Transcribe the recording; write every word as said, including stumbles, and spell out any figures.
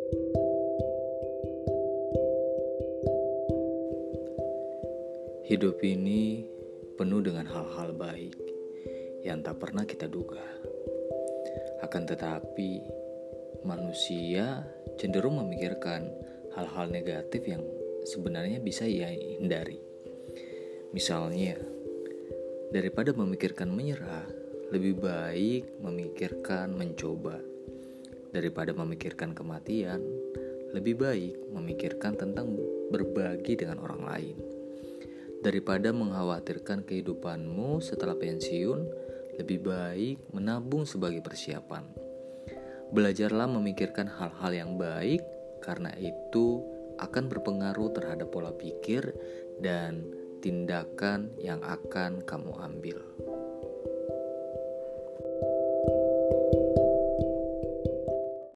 Hidup ini penuh dengan hal-hal baik yang tak pernah kita duga. Akan tetapi, manusia cenderung memikirkan hal-hal negatif yang sebenarnya bisa ia hindari. Misalnya, daripada memikirkan menyerah, lebih baik memikirkan mencoba. Daripada memikirkan kematian, lebih baik memikirkan tentang berbagi dengan orang lain. Daripada mengkhawatirkan kehidupanmu setelah pensiun, lebih baik menabung sebagai persiapan. Belajarlah memikirkan hal-hal yang baik, karena itu akan berpengaruh terhadap pola pikir dan tindakan yang akan kamu ambil.